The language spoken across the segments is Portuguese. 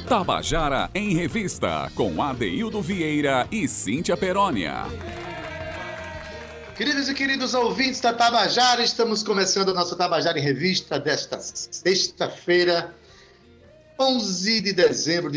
Tabajara em Revista, com Adeildo Vieira e Cíntia Perônia. Queridos e queridos ouvintes da Tabajara, estamos começando a nossa Tabajara em Revista desta sexta-feira, 11 de dezembro de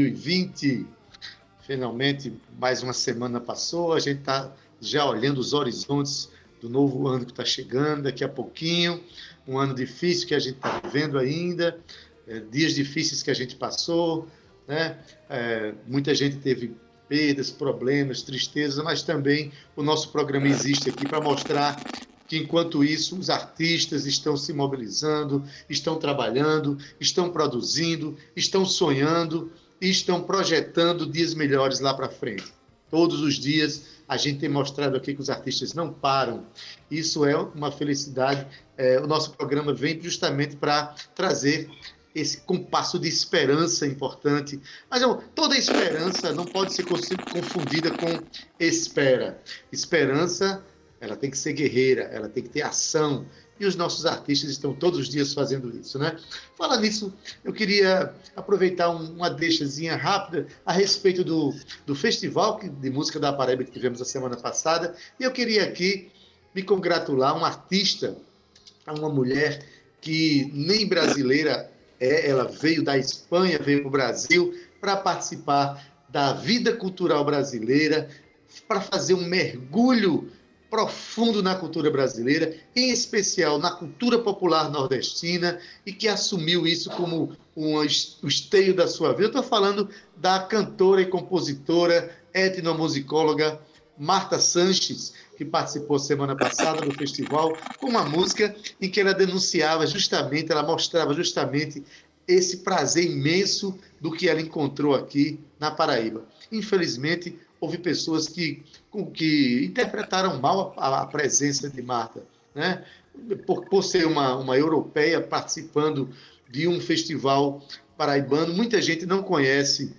2020. Finalmente, mais uma semana passou, a gente está já olhando os horizontes do novo ano que está chegando, daqui a pouquinho, um ano difícil que a gente está vivendo ainda, dias difíceis que a gente passou, né? Muita gente teve perdas, problemas, tristezas, mas também o nosso programa existe aqui para mostrar que, enquanto isso, os artistas estão se mobilizando, estão trabalhando, estão produzindo, estão sonhando e estão projetando dias melhores lá para frente. Todos os dias a gente tem mostrado aqui que os artistas não param. Isso é uma felicidade. O nosso programa vem justamente para trazer esse compasso de esperança importante. Mas toda esperança não pode ser confundida com espera. Esperança, ela tem que ser guerreira, ela tem que ter ação. E os nossos artistas estão todos os dias fazendo isso, né? Falando nisso, eu queria aproveitar uma deixazinha rápida a respeito do festival de música da Paraíba que tivemos a semana passada. E eu queria aqui me congratular um artista, uma mulher que nem brasileira ela veio da Espanha, veio para o Brasil para participar da vida cultural brasileira, para fazer um mergulho profundo na cultura brasileira, em especial na cultura popular nordestina, e que assumiu isso como o esteio da sua vida. Eu estou falando da cantora e compositora, etnomusicóloga Marta Sanches, que participou semana passada do festival, com uma música em que ela denunciava justamente, ela mostrava justamente esse prazer imenso do que ela encontrou aqui na Paraíba. Infelizmente, houve pessoas que interpretaram mal a presença de Marta, né? Por ser uma europeia participando de um festival paraibano. Muita gente não conhece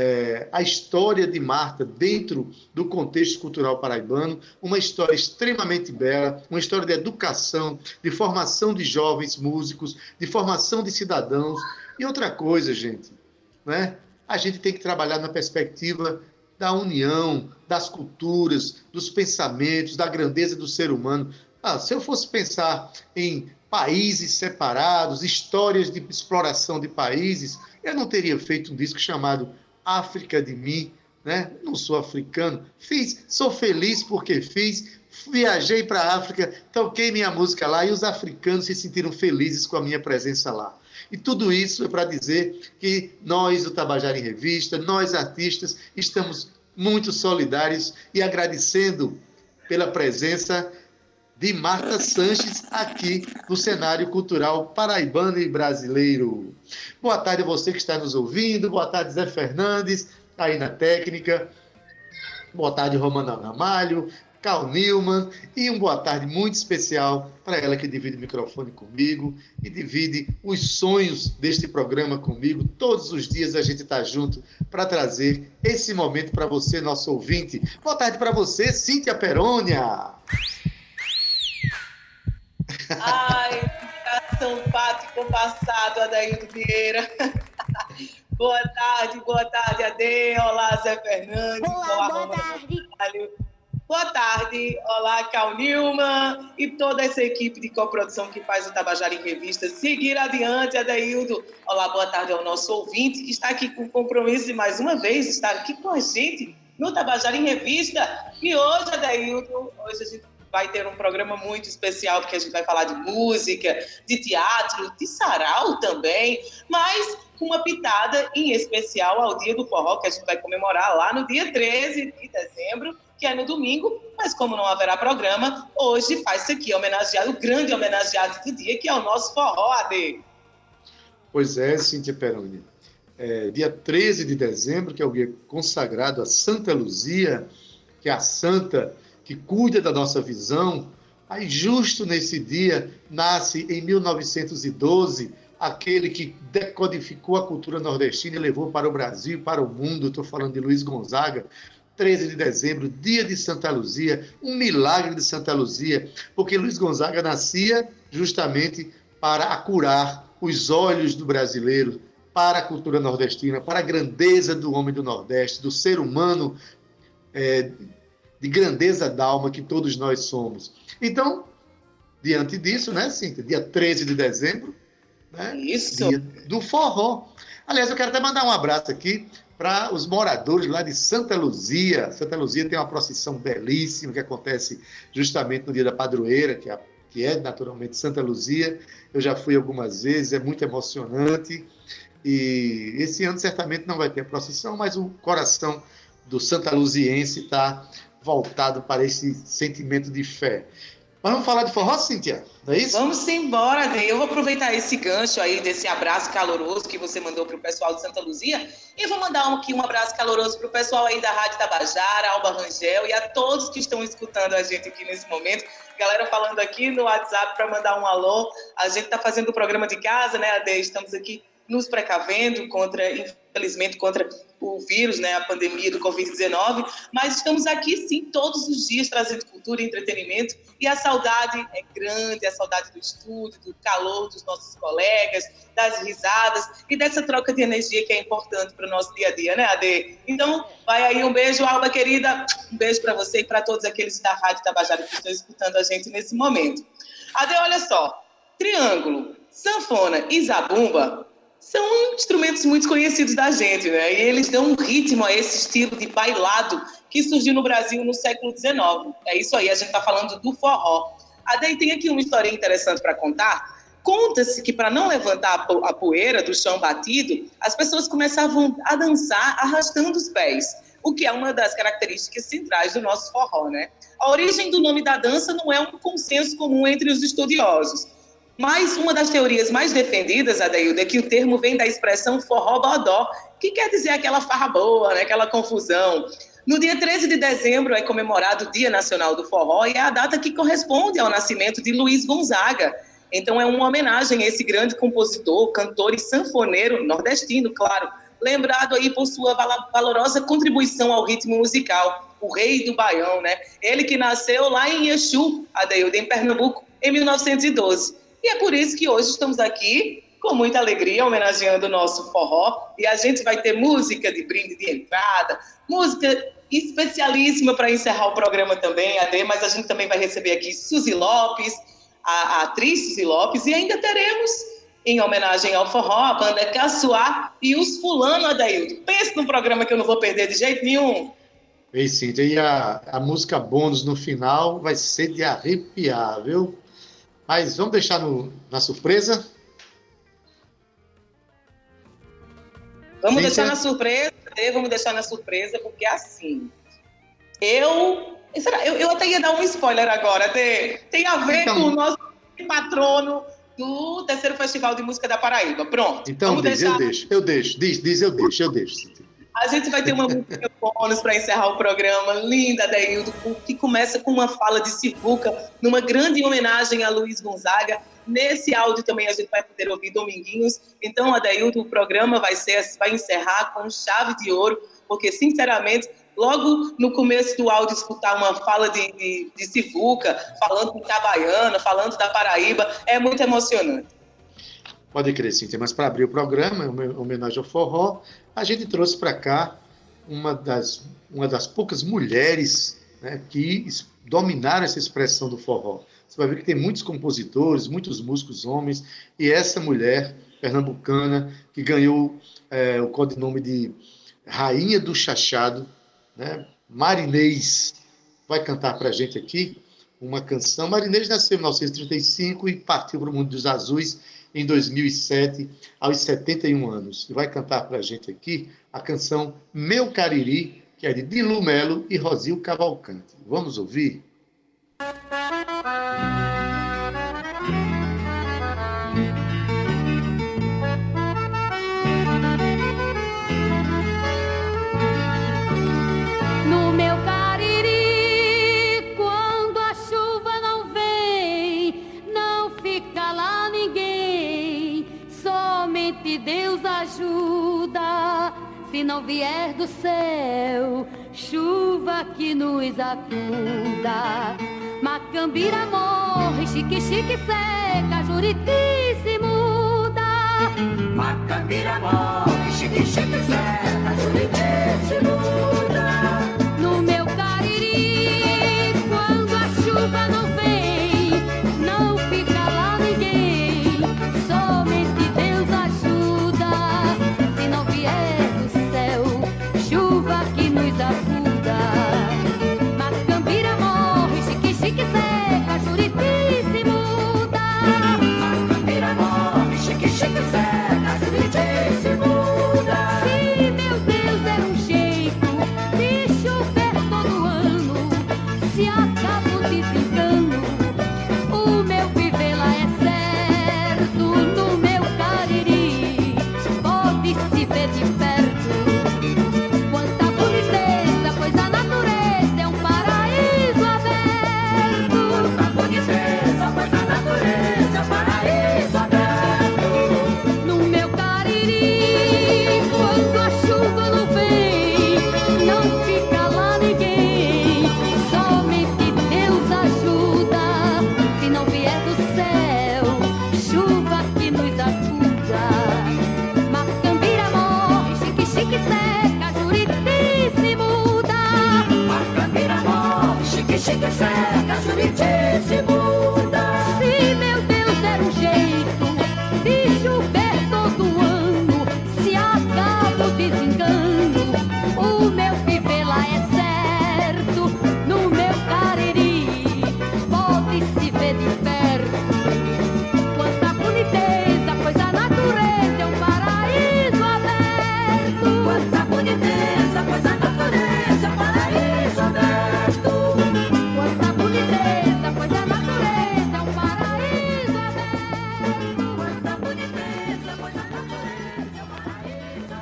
a história de Marta dentro do contexto cultural paraibano, uma história extremamente bela, uma história de educação, de formação de jovens músicos, de formação de cidadãos. E outra coisa, gente, né? A gente tem que trabalhar na perspectiva da união, das culturas, dos pensamentos, da grandeza do ser humano. Se eu fosse pensar em países separados, histórias de exploração de países, eu não teria feito um disco chamado África de Mim, né? Não sou africano, sou feliz porque fiz, viajei para a África, toquei minha música lá e os africanos se sentiram felizes com a minha presença lá. E tudo isso é para dizer que nós, do Tabajara em Revista, nós artistas, estamos muito solidários e agradecendo pela presença de Marta Sanches aqui no cenário cultural paraibano e brasileiro. Boa tarde a você que está nos ouvindo, boa tarde Zé Fernandes, aí na técnica, boa tarde Romana Ramalho, Cal Newman, e uma boa tarde muito especial para ela que divide o microfone comigo e divide os sonhos deste programa comigo. Todos os dias a gente está junto para trazer esse momento para você, nosso ouvinte. Boa tarde para você, Cíntia Perônia. Ai, coração pato e compassado, Adeildo Vieira. Boa tarde, Ade. Olá, Zé Fernandes. Olá, boa tarde. Boa tarde, olá, Cal Newman e toda essa equipe de coprodução que faz o Tabajara em Revista seguir adiante, Adeildo. Olá, boa tarde ao nosso ouvinte que está aqui com compromisso de mais uma vez estar aqui com a gente no Tabajara em Revista. E hoje, Adeildo, a gente vai ter um programa muito especial, porque a gente vai falar de música, de teatro, de sarau também, mas com uma pitada em especial ao Dia do Forró, que a gente vai comemorar lá no dia 13 de dezembro, que é no domingo, mas como não haverá programa, hoje faz-se aqui o grande homenageado do dia, que é o nosso forró, AD. Pois é, Cíntia Perônia. Dia 13 de dezembro, que é o dia consagrado a Santa Luzia, que é a santa que cuida da nossa visão. Aí, justo nesse dia, nasce em 1912 aquele que decodificou a cultura nordestina e levou para o Brasil e para o mundo. Estou falando de Luiz Gonzaga. 13 de dezembro, dia de Santa Luzia, um milagre de Santa Luzia, porque Luiz Gonzaga nascia justamente para curar os olhos do brasileiro, para a cultura nordestina, para a grandeza do homem do Nordeste, do ser humano de grandeza d'alma que todos nós somos. Então, diante disso, né, Cíntia? Dia 13 de dezembro, né? Isso. Dia do forró. Aliás, eu quero até mandar um abraço aqui para os moradores lá de Santa Luzia. Santa Luzia tem uma procissão belíssima que acontece justamente no dia da padroeira, que é naturalmente Santa Luzia. Eu já fui algumas vezes, é muito emocionante. E esse ano certamente não vai ter procissão, mas o coração do Santa Luziense está voltado para esse sentimento de fé. Mas vamos falar de forró, Cíntia? Não é isso? Vamos embora, Ney. Eu vou aproveitar esse gancho aí, desse abraço caloroso que você mandou para o pessoal de Santa Luzia, e vou mandar aqui um abraço caloroso para o pessoal aí da Rádio Tabajara, Alba Rangel, e a todos que estão escutando a gente aqui nesse momento. Galera falando aqui no WhatsApp para mandar um alô. A gente está fazendo o programa de casa, né, Ade? Estamos aqui nos precavendo infelizmente, contra o vírus, né, a pandemia do Covid-19, mas estamos aqui, sim, todos os dias trazendo cultura e entretenimento, e a saudade é grande, a saudade do estúdio, do calor dos nossos colegas, das risadas e dessa troca de energia que é importante para o nosso dia a dia, né, Ade? Então, vai aí um beijo, Alba querida, um beijo para você e para todos aqueles da Rádio Tabajara que estão escutando a gente nesse momento. Ade, olha só, triângulo, sanfona e zabumba são instrumentos muito conhecidos da gente, né? E eles dão um ritmo a esse estilo de bailado que surgiu no Brasil no século XIX. É isso aí, a gente está falando do forró. Daí tem aqui uma história interessante para contar. Conta-se que para não levantar a poeira do chão batido, as pessoas começavam a dançar arrastando os pés, o que é uma das características centrais do nosso forró, né? A origem do nome da dança não é um consenso comum entre os estudiosos. Mas uma das teorias mais defendidas, Adaildo, é que o termo vem da expressão forró-bodó, que quer dizer aquela farra boa, né? Aquela confusão. No dia 13 de dezembro é comemorado o Dia Nacional do Forró e é a data que corresponde ao nascimento de Luiz Gonzaga. Então é uma homenagem a esse grande compositor, cantor e sanfoneiro nordestino, claro, lembrado aí por sua valorosa contribuição ao ritmo musical, o rei do baião, né? Ele que nasceu lá em Exu, Adaildo, em Pernambuco, em 1912. E é por isso que hoje estamos aqui, com muita alegria, homenageando o nosso forró. E a gente vai ter música de brinde de entrada, música especialíssima para encerrar o programa também, Ade, mas a gente também vai receber aqui Suzy Lopes, a atriz Suzy Lopes, e ainda teremos, em homenagem ao forró, a banda Caçoar e os Fulano, Adaildo. Pense num programa que eu não vou perder de jeito nenhum. Ei, Cíntia, e a música bônus no final vai ser de arrepiar, viu? Mas vamos deixar na surpresa? Vamos deixar na surpresa, porque assim, eu até ia dar um spoiler agora, tem a ver com o nosso patrono do terceiro Festival de Música da Paraíba. Pronto. Então, eu deixo. A gente vai ter uma música bônus para encerrar o programa, linda, Adaildo, que começa com uma fala de Sivuca, numa grande homenagem a Luiz Gonzaga. Nesse áudio também a gente vai poder ouvir Dominguinhos. Então, Adaildo, o programa vai encerrar com chave de ouro, porque, sinceramente, logo no começo do áudio, escutar uma fala de Sivuca, falando em Itabaiana, falando da Paraíba, é muito emocionante. Pode crer, Cíntia, mas para abrir o programa, em homenagem ao forró, a gente trouxe para cá uma das poucas mulheres, né, que dominaram essa expressão do forró. Você vai ver que tem muitos compositores, muitos músicos homens, e essa mulher pernambucana que ganhou o codinome de Rainha do Chachado, né, Marinês, vai cantar para a gente aqui uma canção. Marinês nasceu em 1935 e partiu para o mundo dos azuis em 2007, aos 71 anos. E vai cantar para a gente aqui a canção Meu Cariri, que é de Dilu Melo e Rosil Cavalcante. Vamos ouvir? No meu Cariri, quando a chuva não vem, não fica lá ninguém, somente Deus ajuda. Se não vier do céu, chuva que nos acuda. Macambira morre, chique, chique seca, Juriti se muda. Macambira Macambira morre, chique, chique, Zeca, Juriti se muda. No meu Cariri, quando a chuva não vem, não fica lá ninguém, somente Deus ajuda. Se não vier do céu, chuva que nos ajuda. Macambira morre, chique, chique, Zeca, Juriti se muda. Macambira morre, chique, chique, Zeca, Juriti se muda. Se meu Deus der um jeito de chover todo ano, se acaba o desencano, o meu viver lá é certo. No meu Cariri pode se ver de perto quanta boniteza, pois a natureza é um paraíso aberto. Quanta boniteza, pois a natureza é um paraíso aberto. No meu Cariri, quando a chuva não vem, não fica lá ninguém, somente Deus ajuda. Se não vier do céu, chuva que nos ajuda. Macambira morre, chique, chique, Zeca, Juriti se muda. Macambira morre, chique, chique, Zeca, Juriti se muda. Se meu Deus der um jeito de chover todo ano, se acaba o desengano, o meu viver lá é certo. No meu Cariri pode se ver de perto quanta boniteza, pois a natureza é um paraíso aberto. Quanta boniteza, pois a natureza é um paraíso aberto. Quanta boniteza, pois a natureza é um paraíso aberto. Quanta boniteza, pois a natureza é um paraíso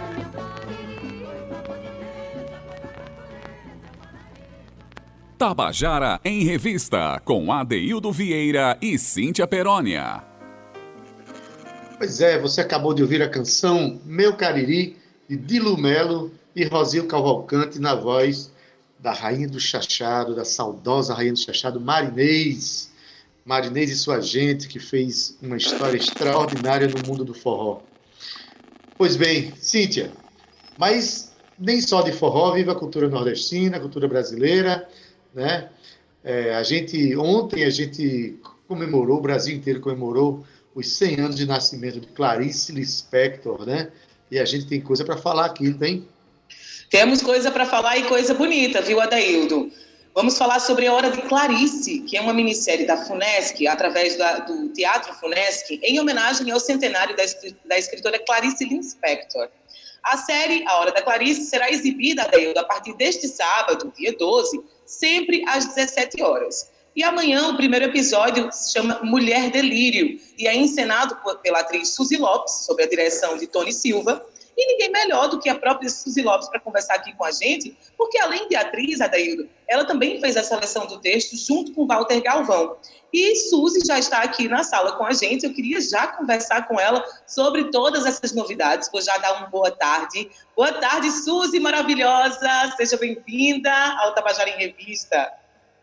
Tabajara em Revista, com Adeildo Vieira e Cíntia Perônia. Pois é, você acabou de ouvir a canção Meu Cariri, de Dilu Melo e Rosil Cavalcante, na voz da Rainha do Chachado, da saudosa Rainha do Chachado, Marinês. Marinês e sua gente, que fez uma história extraordinária no mundo do forró. Pois bem, Cíntia, mas nem só de forró vive a cultura nordestina, a cultura brasileira, né? Ontem a gente comemorou, o Brasil inteiro comemorou os 100 anos de nascimento de Clarice Lispector, né? E a gente tem coisa para falar aqui, não tem? Temos coisa para falar e coisa bonita, viu, Adeildo? Vamos falar sobre A Hora de Clarice, que é uma minissérie da FUNESC, através do Teatro FUNESC, em homenagem ao centenário da escritora Clarice Lispector. A série A Hora da Clarice será exibida, Adeildo, a partir deste sábado, dia 12, sempre às 17 horas. E amanhã o primeiro episódio se chama Mulher Delírio e é encenado pela atriz Suzy Lopes, sob a direção de Tony Silva. E ninguém melhor do que a própria Suzy Lopes para conversar aqui com a gente, porque além de atriz, Adeildo, ela também fez a seleção do texto junto com Walter Galvão. E Suzy já está aqui na sala com a gente, eu queria já conversar com ela sobre todas essas novidades, vou já dar uma boa tarde. Boa tarde, Suzy maravilhosa, seja bem-vinda ao Tabajara em Revista.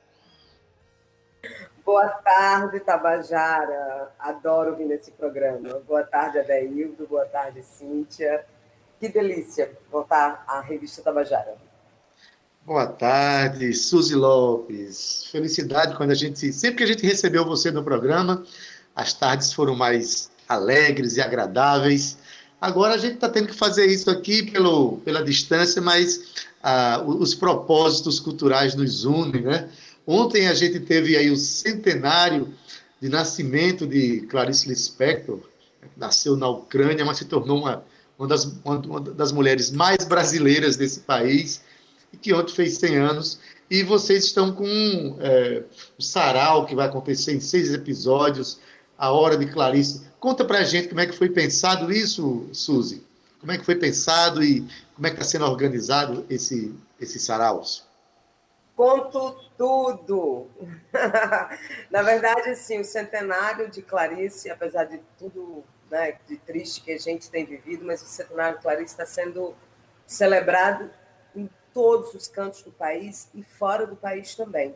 Boa tarde, Tabajara. Adoro vir nesse programa. Boa tarde, Adeildo. Boa tarde, Cíntia. Que delícia voltar à revista Tabajara. Boa tarde, Suzy Lopes. Felicidade sempre que a gente recebeu você no programa, as tardes foram mais alegres e agradáveis. Agora a gente está tendo que fazer isso aqui pela distância, mas os propósitos culturais nos unem, né? Ontem a gente teve aí o centenário de nascimento de Clarice Lispector, que nasceu na Ucrânia, mas se tornou uma das mulheres mais brasileiras desse país, e que ontem fez 100 anos. E vocês estão com o sarau, que vai acontecer em 6 episódios, A Hora de Clarice. Conta pra gente como é que foi pensado isso, Suzy. Como é que foi pensado e como é que está sendo organizado esse saraus? Conto tudo. Na verdade, sim, o centenário de Clarice, apesar de tudo, né, de triste que a gente tem vivido, mas o centenário de Clarice está sendo celebrado em todos os cantos do país e fora do país também.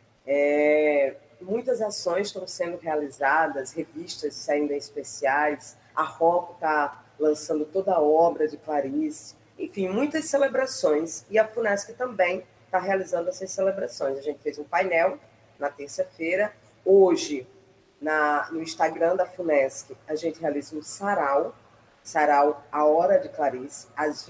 Muitas ações estão sendo realizadas, revistas saindo em especiais, a Rocco está lançando toda a obra de Clarice. Enfim, muitas celebrações. E a FUNESC também está realizando essas celebrações. A gente fez um painel na terça-feira. Hoje, no Instagram da FUNESC, a gente realiza um sarau, A Hora de Clarice, às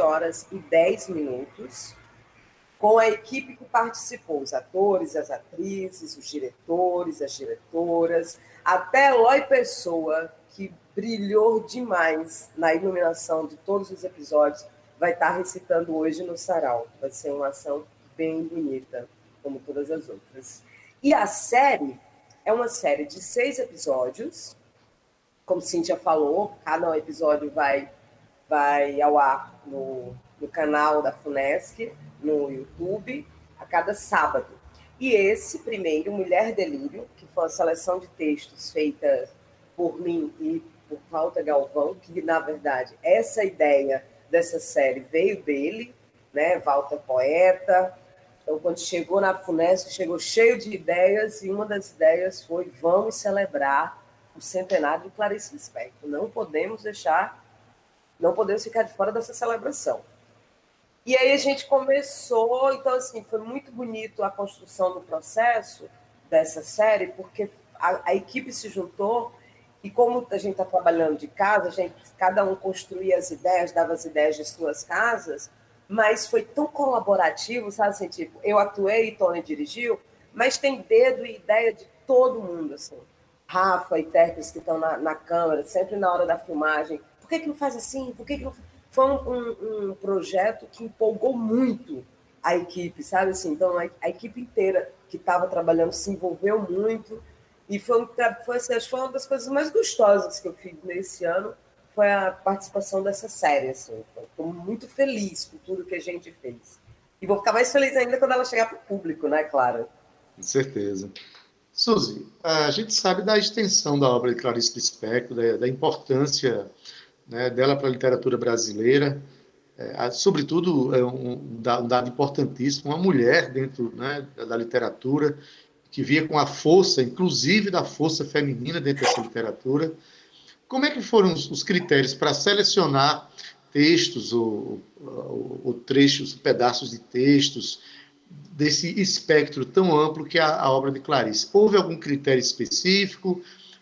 20h10, com a equipe que participou, os atores, as atrizes, os diretores, as diretoras, até Eloy Pessoa, que brilhou demais na iluminação de todos os episódios, vai estar recitando hoje no sarau. Vai ser uma ação bem bonita, como todas as outras. E a série é uma série de 6 episódios. Como Cíntia falou, cada episódio vai ao ar no canal da FUNESC, no YouTube, a cada sábado. E esse primeiro, Mulher Delírio, que foi uma seleção de textos feita por mim e por Walter Galvão, que, na verdade, essa ideia dessa série veio dele, né? Walter poeta. Então, quando chegou na FUNESC, chegou cheio de ideias, e uma das ideias foi: vamos celebrar o centenário de Clarice Lispector. Não podemos ficar de fora dessa celebração. E aí a gente começou, então, assim, foi muito bonito a construção do processo dessa série, porque a equipe se juntou, e como a gente está trabalhando de casa, cada um construía as ideias, dava as ideias de suas casas, mas foi tão colaborativo, sabe, assim, tipo, eu atuei e Tony dirigiu, mas tem dedo e ideia de todo mundo, assim. Rafa e intérpretes que estão na câmera, sempre na hora da filmagem. Por que não faz assim? Por que não... Foi um projeto que empolgou muito a equipe, sabe? Assim, então, a equipe inteira que estava trabalhando se envolveu muito, e foi uma das coisas mais gostosas que eu fiz nesse ano, foi a participação dessa série. Assim. Estou muito feliz com tudo que a gente fez. E vou ficar mais feliz ainda quando ela chegar para o público, né, Clara? Com certeza. Suzy, a gente sabe da extensão da obra de Clarice Lispector, da importância, né, dela para a literatura brasileira, sobretudo um dado importantíssimo, uma mulher dentro, né, da literatura, que via com a força, inclusive da força feminina dentro dessa literatura. Como é que foram os critérios para selecionar textos ou trechos, pedaços de textos desse espectro tão amplo que é a obra de Clarice? Houve algum critério específico?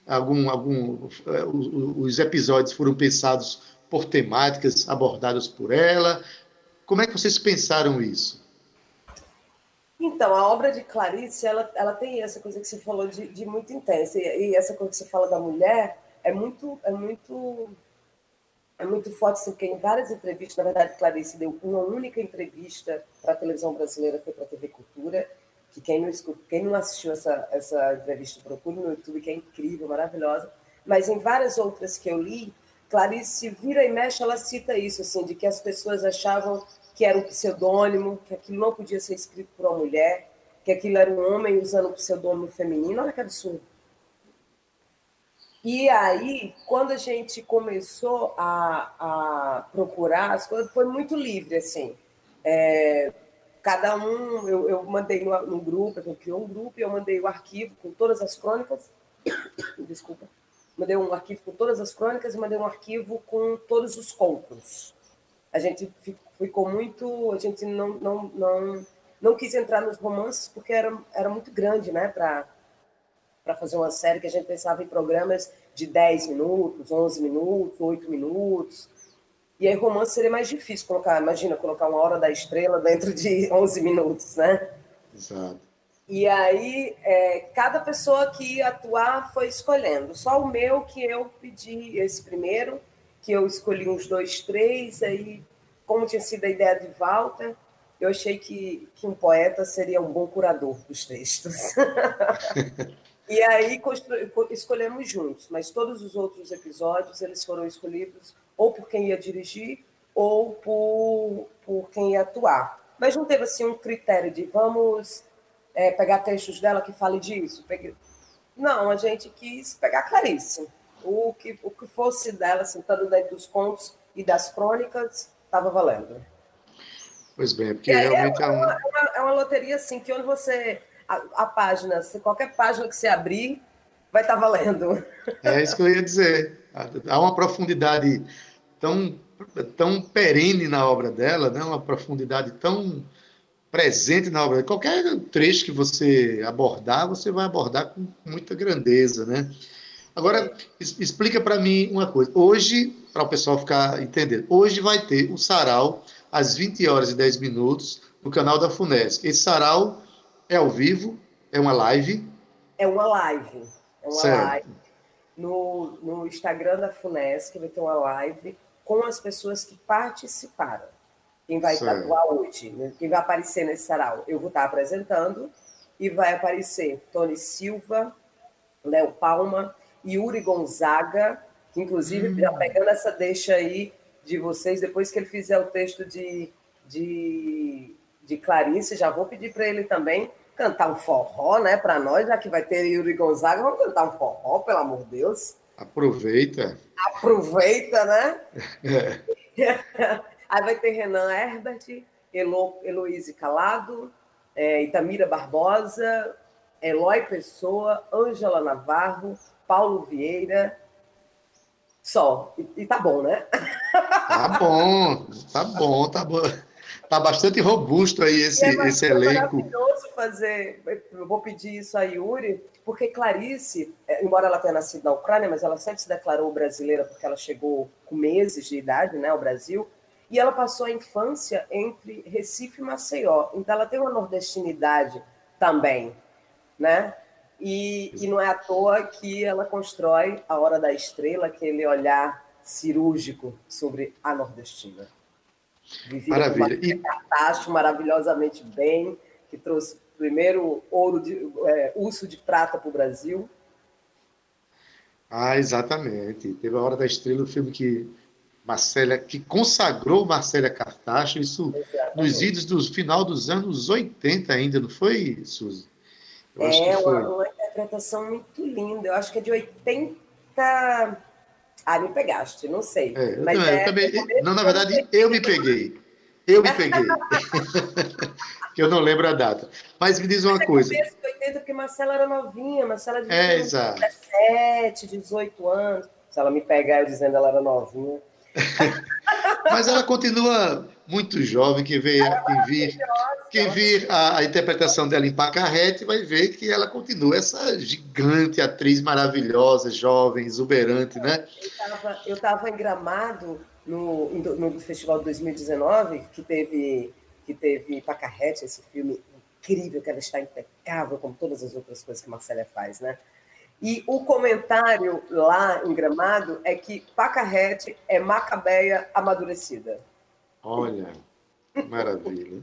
Os episódios foram pensados por temáticas abordadas por ela? Como é que vocês pensaram isso? Então, a obra de Clarice, ela tem essa coisa que você falou de muito intensa, e essa coisa que você fala da mulher é muito forte, assim, porque em várias entrevistas, na verdade, Clarice deu uma única entrevista para a televisão brasileira, foi para a TV Cultura, que quem não assistiu essa entrevista, procure no YouTube, que é incrível, maravilhosa, mas em várias outras que eu li, Clarice vira e mexe, ela cita isso, assim, de que as pessoas achavam que era um pseudônimo, que aquilo não podia ser escrito por uma mulher, que aquilo era um homem usando um pseudônimo feminino. Olha que absurdo. E aí, quando a gente começou a procurar as coisas, foi muito livre, assim. Cada um, eu mandei no grupo, a gente criou um grupo, e eu mandei o arquivo com todas as crônicas. Desculpa. Mandei um arquivo com todas as crônicas e mandei um arquivo com todos os contos. A gente ficou muito... A gente não quis entrar nos romances porque era muito grande, né, para fazer uma série que a gente pensava em programas de 10 minutos, 11 minutos, 8 minutos. E aí romance seria mais difícil colocar. Imagina, colocar Uma Hora da Estrela dentro de 11 minutos, né? Exato. E aí, cada pessoa que ia atuar foi escolhendo. Só o meu que eu pedi, esse primeiro, que eu escolhi uns 2, 3, aí, como tinha sido a ideia de Walter, eu achei que um poeta seria um bom curador dos textos. E aí escolhemos juntos, mas todos os outros episódios eles foram escolhidos ou por quem ia dirigir ou por quem ia atuar. Mas não teve assim um critério de vamos pegar textos dela que fale disso. Não, a gente quis pegar Clarice. O que fosse dela, assim, tanto dentro dos contos e das crônicas, estava valendo. Pois bem, porque realmente é uma loteria assim, que onde você... A página, qualquer página que você abrir, vai estar valendo. É isso que eu ia dizer. Há uma profundidade tão, tão perene na obra dela, né? Uma profundidade tão presente na obra. Qualquer trecho que você abordar, você vai abordar com muita grandeza, né? Agora, explica para mim uma coisa. Hoje, para o pessoal ficar entendendo, hoje vai ter o sarau às 20 horas e 10 minutos no canal da FUNESC. Esse sarau é ao vivo, é uma live. É uma live. É uma Certo. live. No Instagram da FUNESC vai ter uma live com as pessoas que participaram. Quem vai Certo. atuar hoje, né? Quem vai aparecer nesse sarau? Eu vou estar apresentando e vai aparecer Tony Silva, Léo Palma, Yuri Gonzaga, que inclusive já pegando essa deixa aí de vocês, depois que ele fizer o texto de Clarice, já vou pedir para ele também cantar um forró, né, para nós, já que vai ter Yuri Gonzaga, vamos cantar um forró, pelo amor de Deus. Aproveita. Aproveita, né? É. Aí vai ter Renan Herbert, Heloíse Calado, Itamira Barbosa, Eloy Pessoa, Ângela Navarro, Paulo Vieira. Só. E tá bom, né? Tá bom, tá bom, tá bom. Tá bastante robusto aí esse elenco. Maravilhoso fazer. Eu vou pedir isso a Yuri, porque Clarice, embora ela tenha nascido na Ucrânia, mas ela sempre se declarou brasileira porque ela chegou com meses de idade, né, ao Brasil, e ela passou a infância entre Recife e Maceió. Então ela tem uma nordestinidade também, né? E não é à toa que ela constrói A Hora da Estrela, aquele olhar cirúrgico sobre a nordestina. Vivida Maravilha. E Cartacho, maravilhosamente bem, que trouxe o primeiro urso de prata para o Brasil. Ah, exatamente. Teve A Hora da Estrela, o filme que consagrou Marcélia Cartacho, isso nos idos do final dos anos 80 ainda, não foi, Suzy? Eu acho que foi. Uma interpretação muito linda. Eu acho que é de 80... Ah, me pegaste, não sei. Mas eu também, não, na verdade, eu me peguei. Que eu não lembro a data. Mas me diz uma coisa. Começo de 80, porque Marcela era novinha. Marcela devia ter 17, 18 anos. Se ela me pegar eu dizendo ela era novinha. Mas ela continua muito jovem. Quem vir a interpretação dela em Pacarrete vai ver que ela continua essa gigante atriz maravilhosa, jovem, exuberante, né? Eu estava em Gramado no Festival de 2019, que teve Pacarrete, esse filme incrível, que ela está impecável, como todas as outras coisas que Marcela faz, né? E o comentário lá em Gramado é que Pacarrete é Macabeia amadurecida. Olha, maravilha.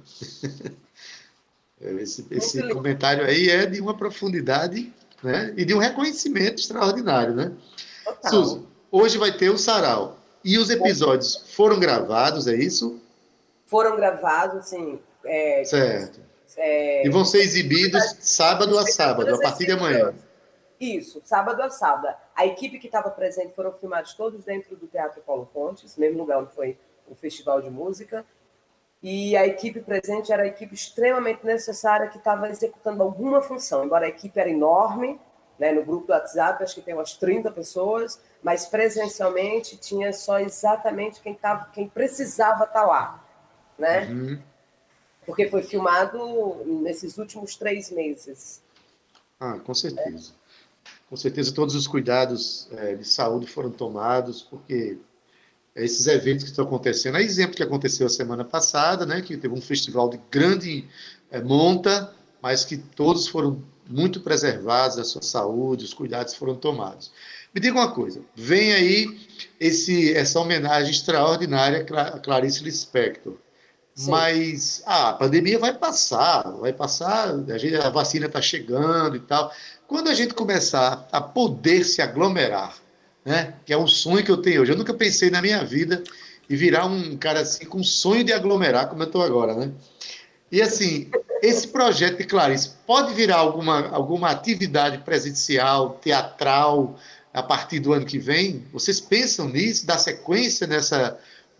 Esse comentário aí é de uma profundidade, né? E de um reconhecimento extraordinário, né? Total. Suzy, hoje vai ter o sarau. E os episódios foram gravados, é isso? Foram gravados, sim. Certo. E vão ser exibidos sábado a sábado, a partir de amanhã. Isso, sábado a sábado. A equipe que estava presente foram filmados todos dentro do Teatro Paulo Pontes, mesmo lugar onde foi o Festival de Música. E a equipe presente era a equipe extremamente necessária que estava executando alguma função. Embora a equipe era enorme, né, no grupo do WhatsApp, acho que tem umas 30 pessoas, mas presencialmente tinha só exatamente quem precisava estar lá, né? Uhum. Porque foi filmado nesses últimos 3 meses. Ah, com certeza. Com certeza todos os cuidados de saúde foram tomados, porque esses eventos que estão acontecendo, é exemplo que aconteceu a semana passada, né, que teve um festival de grande monta, mas que todos foram muito preservados, a sua saúde, os cuidados foram tomados. Me diga uma coisa, vem aí essa homenagem extraordinária a Clarice Lispector. Sim. Mas a pandemia vai passar, a vacina está chegando e tal. Quando a gente começar a poder se aglomerar, né, que é um sonho que eu tenho hoje, eu nunca pensei na minha vida em virar um cara assim com sonho de aglomerar, como eu estou agora, né? E assim, esse projeto de Clarice pode virar alguma atividade presencial, teatral, a partir do ano que vem? Vocês pensam nisso, dar sequência nessa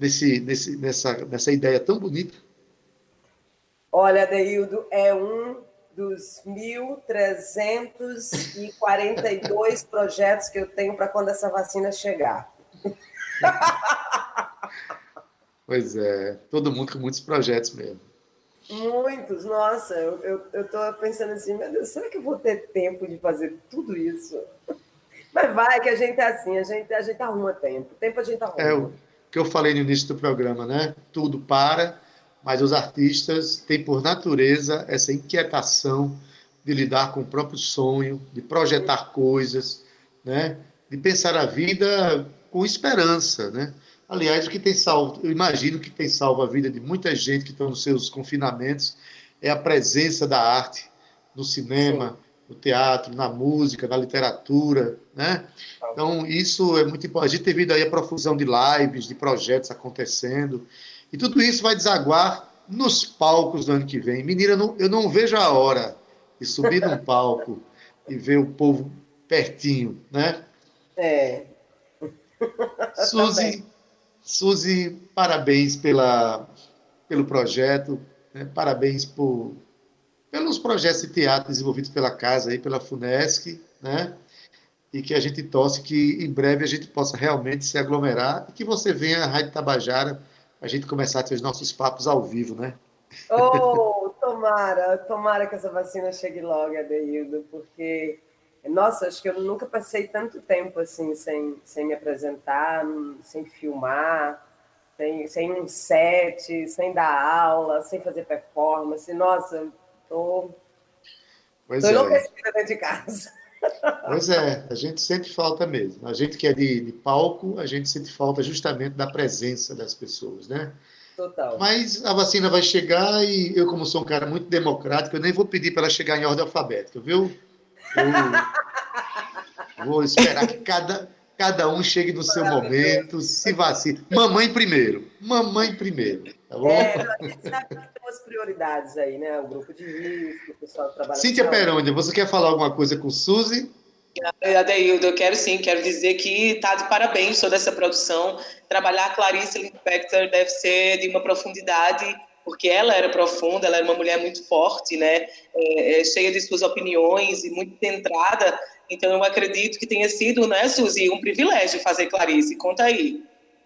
ideia tão bonita? Olha, Adeildo, é um dos 1.342 projetos que eu tenho para quando essa vacina chegar. Pois é, todo mundo com muitos projetos mesmo. Muitos, nossa, eu tô pensando assim, meu Deus, será que eu vou ter tempo de fazer tudo isso? Mas vai, que a gente é assim, a gente arruma tempo. Tempo a gente É arruma. o que eu falei no início do programa, né? Tudo para, mas os artistas têm por natureza essa inquietação de lidar com o próprio sonho, de projetar coisas, né? De pensar a vida com esperança, né? Aliás, o que tem salvo, eu imagino que tem salvo a vida de muita gente que estão nos seus confinamentos é a presença da arte no Sim. cinema, no teatro, na música, na literatura, né? Então, isso é muito importante. A gente tem visto aí a profusão de lives, de projetos acontecendo, e tudo isso vai desaguar nos palcos do ano que vem. Menina, eu não vejo a hora de subir num palco e ver o povo pertinho, né? É, também. Suzy, Suzy, parabéns pelo projeto, né? Parabéns pelos projetos de teatro desenvolvidos pela casa aí, pela FUNESC, né? E que a gente torce que em breve a gente possa realmente se aglomerar e que você venha à Rádio Tabajara para a gente começar a ter os nossos papos ao vivo, né? Oh, tomara que essa vacina chegue logo, Adeildo, porque, nossa, acho que eu nunca passei tanto tempo assim, sem me apresentar, sem filmar, sem um set, sem dar aula, sem fazer performance. Nossa, tô, tô Pois é, enlouquecida dentro de casa. pois é, a gente sente falta mesmo. A gente que é de palco, a gente sente falta justamente da presença das pessoas, né? Total. Mas a vacina vai chegar e eu, como sou um cara muito democrático, eu nem vou pedir para ela chegar em ordem alfabética, viu? Eu vou esperar que cada um chegue no seu Maravilhoso. momento, se vacine. Mamãe primeiro, tá bom? É, a gente sabe que tem umas prioridades aí, né? O grupo de risco, o pessoal que trabalha com Cíntia saúde. Perônia, você quer falar alguma coisa com Suzy? Adeildo, eu quero sim, quero dizer que está de parabéns toda essa produção. Trabalhar a Clarice Lispector deve ser de uma profundidade, porque ela era profunda, ela era uma mulher muito forte, né? Cheia de suas opiniões e muito centrada. Então, eu acredito que tenha sido, né, Suzy, um privilégio fazer Clarice. Conta aí.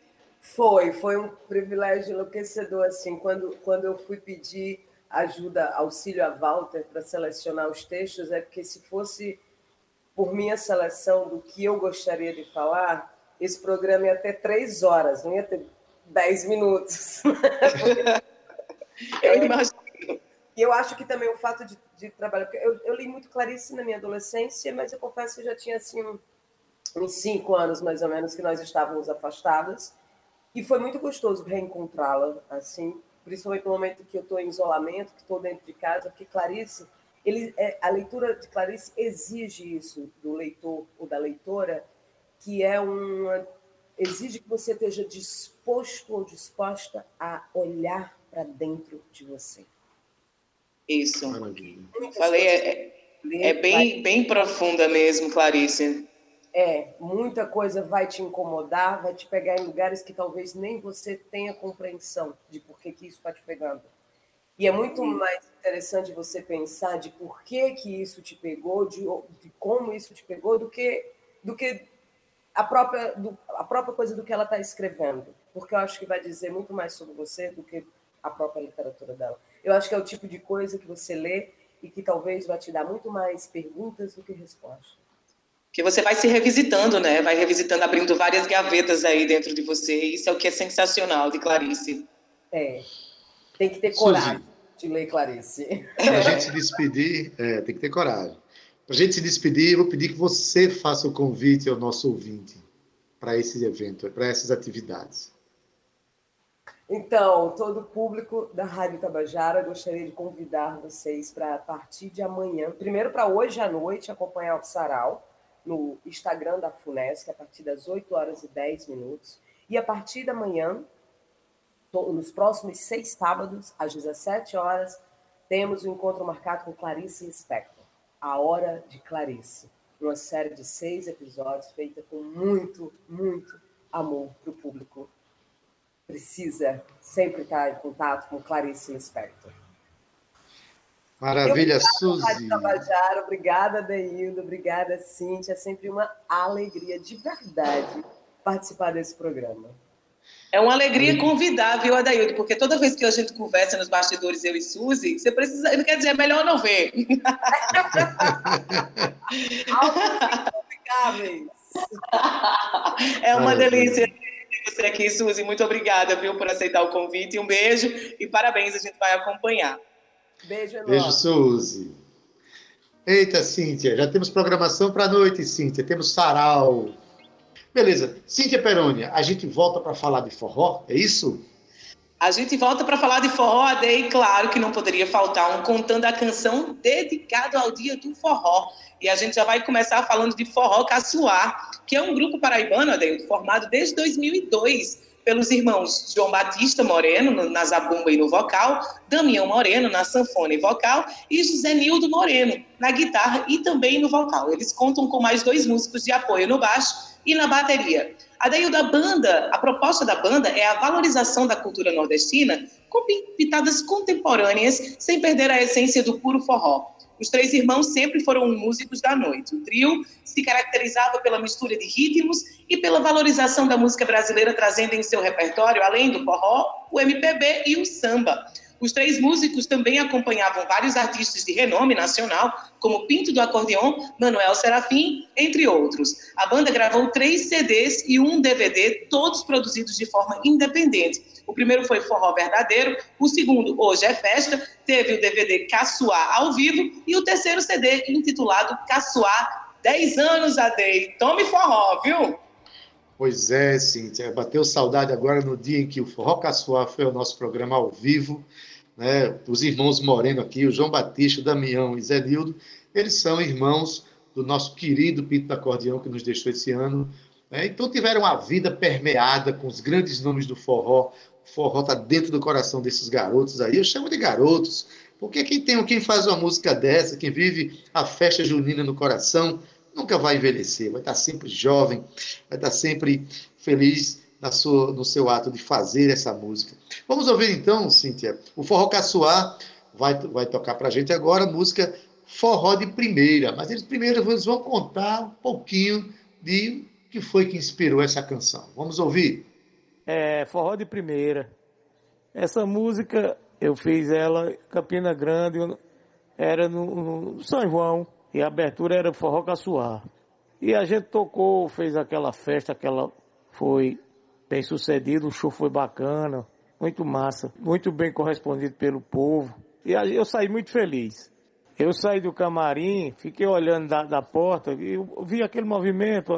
Foi um privilégio enlouquecedor, assim, quando eu fui pedir ajuda, auxílio a Walter para selecionar os textos, é porque se fosse por minha seleção do que eu gostaria de falar, esse programa ia ter 3 horas, não ia ter 10 minutos. Eu imagino. E eu acho que também o fato de trabalhar, porque eu li muito Clarice na minha adolescência, mas eu confesso que já tinha assim, uns 5 anos mais ou menos que nós estávamos afastadas, e foi muito gostoso reencontrá-la, assim, principalmente no momento que eu estou em isolamento, que estou dentro de casa, porque Clarice, a leitura de Clarice exige isso do leitor ou da leitora, que exige que você esteja disposto ou disposta a olhar para dentro de você. Isso. Maravilha. Falei, é bem profunda mesmo, Clarice. Muita coisa vai te incomodar, vai te pegar em lugares que talvez nem você tenha compreensão de por que isso está te pegando. E é muito mais interessante você pensar de por que isso te pegou, de como isso te pegou, do que a própria coisa do que ela está escrevendo. Porque eu acho que vai dizer muito mais sobre você do que a própria literatura dela. Eu acho que é o tipo de coisa que você lê e que talvez vai te dar muito mais perguntas do que respostas. Que você vai se revisitando, né? Vai revisitando, abrindo várias gavetas aí dentro de você. Isso é o que é sensacional de Clarice. Tem que ter coragem de ler Clarice. Para a gente se despedir, tem que ter coragem. Para a gente se despedir, eu vou pedir que você faça o convite ao nosso ouvinte para esse evento, para essas atividades. Então, todo o público da Rádio Tabajara, gostaria de convidar vocês para, a partir de amanhã, primeiro para hoje à noite, acompanhar o Sarau no Instagram da FUNESC, a partir das 8h10, e a partir da manhã, nos próximos 6 sábados, às 17 horas, temos o encontro marcado com Clarice Lispector, A Hora de Clarice, uma série de 6 episódios feita com muito, muito amor para o público. Precisa sempre estar em contato com Clarice Lispector. Maravilha, Suzy. Tabajara, obrigada, Adeildo, obrigada, Cíntia. É sempre uma alegria de verdade participar desse programa. É uma alegria convidar, viu, Adaildo? Porque toda vez que a gente conversa nos bastidores, eu e Suzy, você precisa... Quer dizer, é melhor não ver. É uma delícia ter você aqui, Suzy. Muito obrigada, viu, por aceitar o convite. Um beijo e parabéns, a gente vai acompanhar. Beijo enorme. Beijo, Suzy. Eita, Cíntia, já temos programação para a noite, Cíntia. Temos sarau. Beleza. Cíntia Perônia, a gente volta para falar de forró, é isso? A gente volta para falar de forró, e claro que não poderia faltar um Contando a Canção dedicado ao dia do forró. E a gente já vai começar falando de Forró Caçoar, que é um grupo paraibano, Adaildo, formado desde 2002 pelos irmãos João Batista Moreno, na zabumba e no vocal, Damião Moreno, na sanfona e vocal, e José Nildo Moreno, na guitarra e também no vocal. Eles contam com mais 2 músicos de apoio no baixo e na bateria. Adaildo, a proposta da banda é a valorização da cultura nordestina com pitadas contemporâneas, sem perder a essência do puro forró. Os 3 irmãos sempre foram músicos da noite. O trio se caracterizava pela mistura de ritmos e pela valorização da música brasileira, trazendo em seu repertório, além do forró, o MPB e o samba. Os 3 músicos também acompanhavam vários artistas de renome nacional, como Pinto do Acordeon, Manuel Serafim, entre outros. A banda gravou 3 CDs e 1 DVD, todos produzidos de forma independente. O primeiro foi Forró Verdadeiro, o segundo, Hoje é Festa, teve o DVD Caçoar ao vivo e o terceiro CD intitulado Caçoar 10 anos, Adei. Tome forró, viu? Pois é, Cíntia. Bateu saudade agora no dia em que o Forró Caçoar foi o nosso programa ao vivo, né? Os irmãos Moreno aqui, o João Batista, o Damião e Zé Nildo, eles são irmãos do nosso querido Pinto do Acordeão, que nos deixou esse ano. Né? Então tiveram a vida permeada com os grandes nomes do forró. O forró está dentro do coração desses garotos aí. Eu chamo de garotos, porque quem faz uma música dessa, quem vive a festa junina no coração, nunca vai envelhecer, vai estar sempre jovem, vai estar sempre feliz no seu ato de fazer essa música. Vamos ouvir então, Cíntia, o Forró Caçoar vai tocar para a gente agora a música Forró de Primeira, mas eles primeiro vão contar um pouquinho de o que foi que inspirou essa canção. Vamos ouvir? Forró de Primeira. Essa música eu fiz ela em Campina Grande, era no São João, e a abertura era Forró Caçoar. E a gente tocou, fez aquela festa, foi bem sucedido, o show foi bacana, muito massa, muito bem correspondido pelo povo. E aí eu saí muito feliz. Eu saí do camarim, fiquei olhando da porta e eu vi aquele movimento,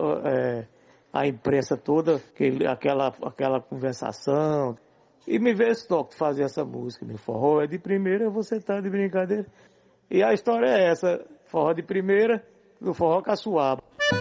a imprensa toda, aquela conversação. E me veio esse toque de fazer essa música. Meu forró é de primeira, você tá de brincadeira. E a história é essa, forró de primeira, do Forró Caçoar.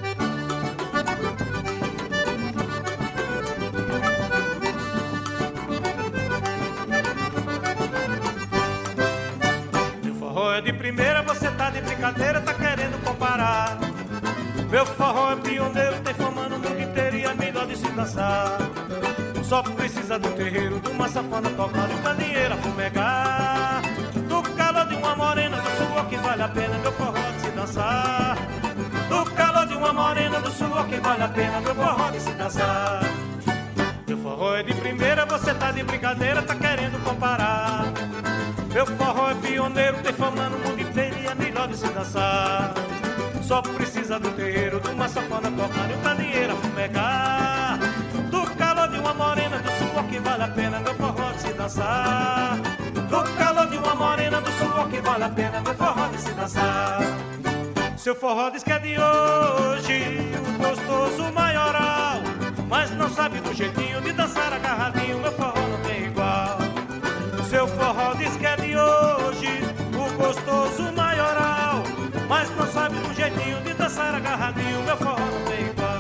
Meu forró é de primeira, você tá de brincadeira, tá querendo comparar. Meu forró é pioneiro, tem fama no mundo inteiro e é melhor de se dançar. Só precisa do terreiro, de uma safona tocando e candeeira fumegar. Do calor de uma morena, do suor que vale a pena, meu forró de se dançar. Do calor de uma morena, do suor que vale a pena, meu forró de se dançar. Meu forró é de primeira, você tá de brincadeira, tá querendo comparar. Meu forró é pioneiro, tem fama no mundo inteiro e é melhor de se dançar. Só precisa do terreiro, de uma safona tocando e um candeeiro fumegar. Do calor de uma morena, do suor que vale a pena, meu forró de se dançar. Do calor de uma morena, do suor que vale a pena, meu forró de se dançar. Seu forró diz que é de hoje, o gostoso maioral, mas não sabe do jeitinho de dançar agarradinho, meu forró não tem igual. Seu forró diz que é de hoje, o gostoso maioral, mas não sabe do jeitinho de dançar agarradinho, meu forró não tem igual.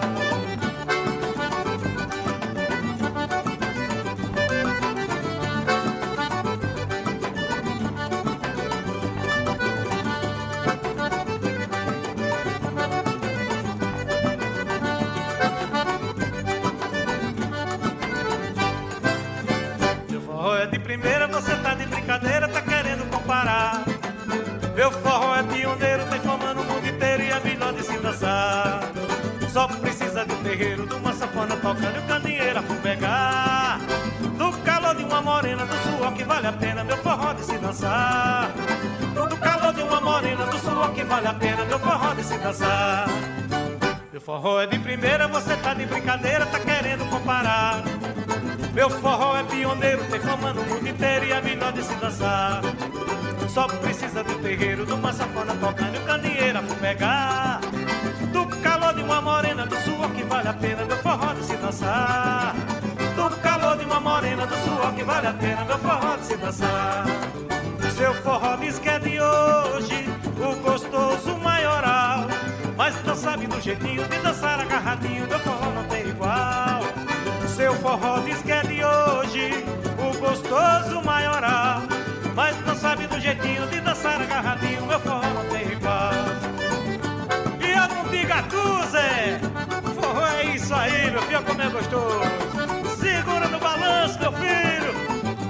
Meu forró é de primeira, você tá de brincadeira, tá querendo comparar. Meu forró é pioneiro, tem fama no mundo inteiro e é melhor de se dançar. Só precisa de um terreiro, de uma sanfona tocando e o candeeiro a fumegar. Do calor de uma morena, do suor que vale a pena, meu forró de se dançar. Do calor de uma morena, do suor que vale a pena, meu forró de se dançar. Meu forró é de primeira, você tá de brincadeira, tá querendo comparar. Meu forró é pioneiro, tem fama no mundo inteiro e é melhor de se dançar. Só precisa do terreiro, de uma sanfona tocando e o candeeiro a fumegar. Do calor de uma morena, do suor que vale a pena, meu forró de se dançar. Do calor de uma morena, do suor que vale a pena, meu forró de se dançar. Seu forró diz que é de hoje, o gostoso maioral, mas não sabe do jeitinho de dançar agarradinho, meu forró não tem igual. Seu forró diz que é de hoje, o gostoso maioral, mas não sabe do jeitinho de dançar agarradinho, meu forró não tem igual. E eu não digo a tu, Zé, forró é isso aí, meu filho, como é gostoso. Segura no balanço, meu filho.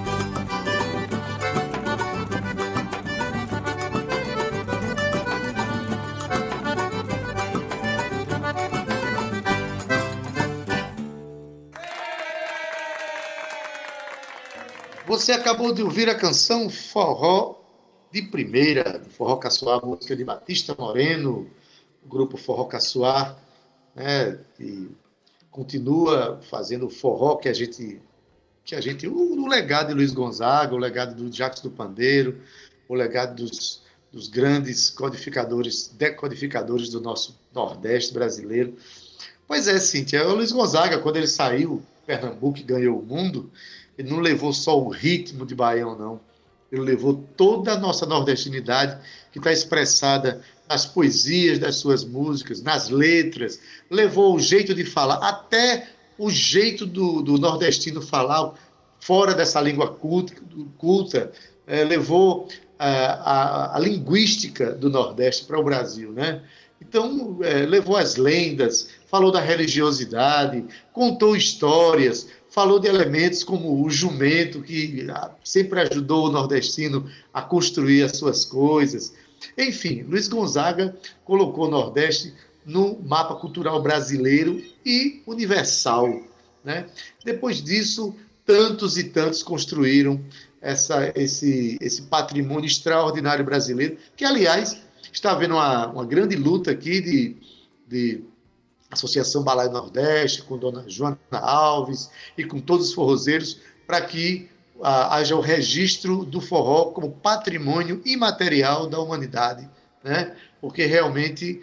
Você acabou de ouvir a canção Forró de Primeira, do Forró Caçoar, música de Batista Moreno, o grupo Forró Caçoar, né, que continua fazendo o forró que a gente o legado de Luiz Gonzaga, o legado do Jacques do Pandeiro, o legado dos grandes decodificadores do nosso Nordeste brasileiro. Pois é, Cíntia, o Luiz Gonzaga, quando ele saiu, Pernambuco ganhou o mundo, ele não levou só o ritmo de baião, não. Ele levou toda a nossa nordestinidade, que está expressada nas poesias das suas músicas, nas letras, levou o jeito de falar, até o jeito do nordestino falar fora dessa língua culta, levou a linguística do Nordeste para o Brasil, né? Então, levou as lendas, falou da religiosidade, contou histórias, falou de elementos como o jumento, que sempre ajudou o nordestino a construir as suas coisas. Enfim, Luiz Gonzaga colocou o Nordeste no mapa cultural brasileiro e universal, né? Depois disso, tantos e tantos construíram esse patrimônio extraordinário brasileiro, que, aliás, está havendo uma grande luta aqui de Associação Balaio Nordeste, com Dona Joana Alves e com todos os forrozeiros, para que haja o registro do forró como patrimônio imaterial da humanidade, né? Porque realmente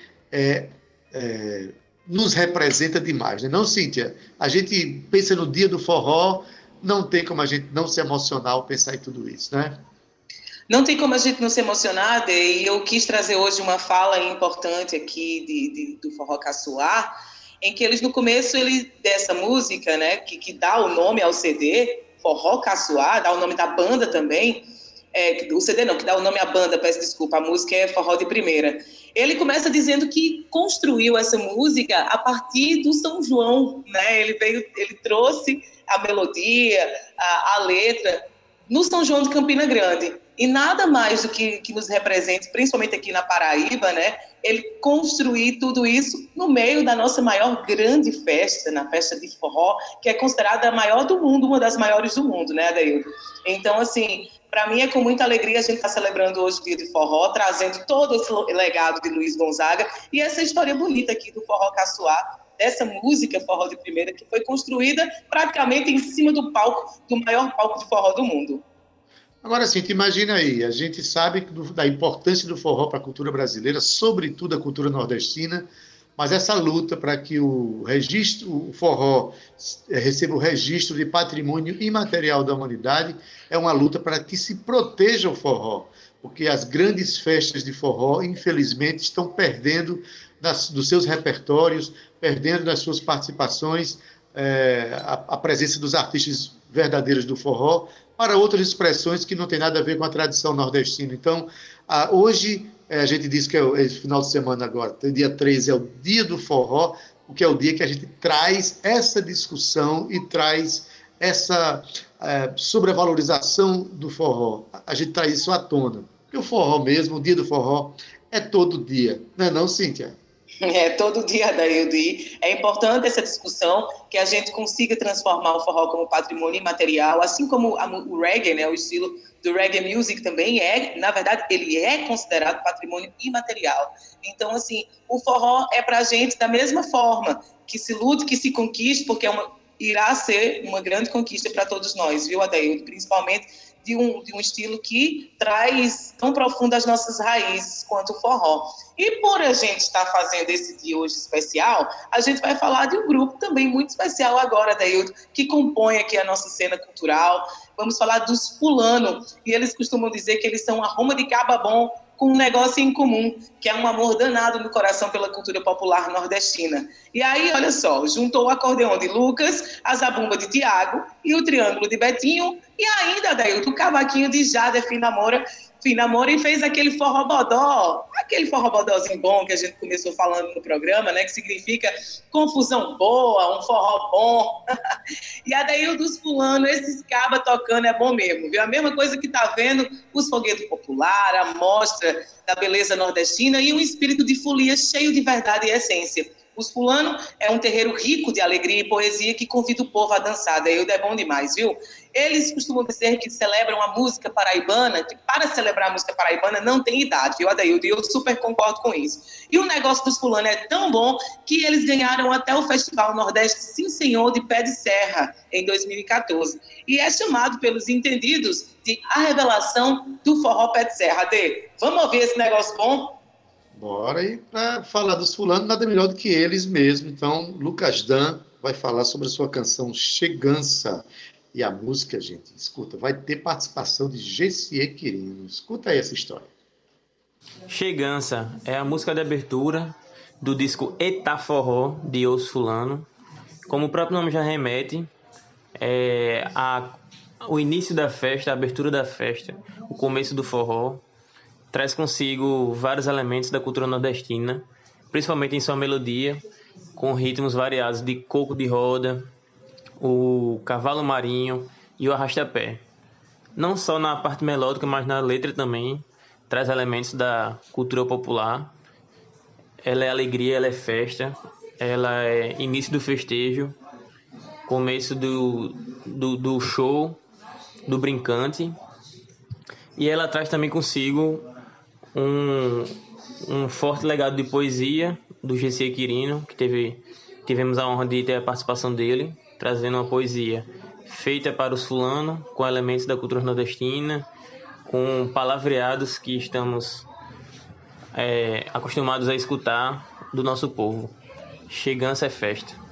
nos representa demais, né? Não, Cíntia? A gente pensa no dia do forró, não tem como a gente não se emocionar ao pensar em tudo isso, né? Não tem como a gente não se emocionar, e eu quis trazer hoje uma fala importante aqui do Forró Caçoar, em que eles, no começo dessa música, né, que dá o nome ao CD, Forró Caçoar, dá o nome da banda também, o CD não, que dá o nome à banda, peço desculpa, a música é Forró de Primeira. Ele começa dizendo que construiu essa música a partir do São João, né? Ele trouxe a melodia, a letra, no São João de Campina Grande. E nada mais do que nos represente, principalmente aqui na Paraíba, né? Ele construir tudo isso no meio da nossa maior grande festa, na festa de forró, que é considerada a maior do mundo, uma das maiores do mundo, né, Adaildo? Então, assim, para mim é com muita alegria a gente estar celebrando hoje o dia de forró, trazendo todo esse legado de Luiz Gonzaga e essa história bonita aqui do Forró Caçoar, dessa música Forró de Primeira, que foi construída praticamente em cima do palco, do maior palco de forró do mundo. Agora, sim, te imagina aí, a gente sabe da importância do forró para a cultura brasileira, sobretudo a cultura nordestina, mas essa luta para que o forró receba o registro de patrimônio imaterial da humanidade é uma luta para que se proteja o forró, porque as grandes festas de forró, infelizmente, estão perdendo dos seus repertórios, perdendo das suas participações, a presença dos artistas verdadeiros do forró, para outras expressões que não tem nada a ver com a tradição nordestina. Então, hoje, a gente diz que esse final de semana agora, dia 13 é o dia do forró, porque é o dia que a gente traz essa discussão e traz essa sobrevalorização do forró. A gente traz isso à tona. Porque o forró mesmo, o dia do forró, é todo dia. Não é não, Cíntia? Todo dia, Adaildo. E é importante essa discussão, que a gente consiga transformar o forró como patrimônio imaterial, assim como o reggae, né, o estilo do reggae music também na verdade, ele é considerado patrimônio imaterial. Então, assim, o forró é para a gente da mesma forma, que se lute, que se conquiste, porque irá ser uma grande conquista para todos nós, viu, Adaildo? Principalmente de um estilo que traz tão profundo as nossas raízes quanto o forró. E por a gente estar fazendo esse dia hoje especial, a gente vai falar de um grupo também muito especial agora, Adaildo, que compõe aqui a nossa cena cultural. Vamos falar dos Fulano, e eles costumam dizer que eles são a Roma de Caba Bom com um negócio em comum, que é um amor danado no coração pela cultura popular nordestina. E aí, olha só, juntou o acordeão de Lucas, a zabumba de Tiago e o triângulo de Betinho, e ainda, Adaildo, o cavaquinho de Jade Finamora, e fez aquele forrobodó, aquele forrobodózinho bom que a gente começou falando no programa, né, que significa confusão boa, um forró bom. E Adaildo, dos Fulano, esses cabas tocando é bom mesmo, viu? A mesma coisa que tá vendo os foguetos popular, a mostra da beleza nordestina e um espírito de folia cheio de verdade e essência. Os Fulano é um terreiro rico de alegria e poesia que convida o povo a dançar. Adaildo, é bom demais, viu? Eles costumam dizer que celebram a música paraibana, que para celebrar a música paraibana não tem idade, viu, Adaildo? E eu super concordo com isso. E o negócio dos Fulano é tão bom que eles ganharam até o Festival Nordeste Sim Senhor de Pé de Serra, em 2014. E é chamado pelos entendidos de a revelação do forró Pé de Serra. Adê, vamos ouvir esse negócio bom? Bora, e para falar dos Fulano, nada melhor do que eles mesmos. Então, Lucas Dan vai falar sobre a sua canção Chegança. E a música, gente, escuta, vai ter participação de Gessie Quirino. Escuta aí essa história. Chegança é a música de abertura do disco Eita Forró, de Os Fulano. Como o próprio nome já remete, o início da festa, a abertura da festa, o começo do forró, traz consigo vários elementos da cultura nordestina, principalmente em sua melodia, com ritmos variados de coco de roda, o cavalo marinho e o arrastapé. Não só na parte melódica, mas na letra também, traz elementos da cultura popular. Ela é alegria, ela é festa, ela é início do festejo, começo do show, do brincante. E ela traz também consigo um forte legado de poesia do Gessie Quirino, que tivemos a honra de ter a participação dele, trazendo uma poesia feita para os Fulano, com elementos da cultura nordestina, com palavreados que estamos acostumados a escutar do nosso povo. Chegança é festa.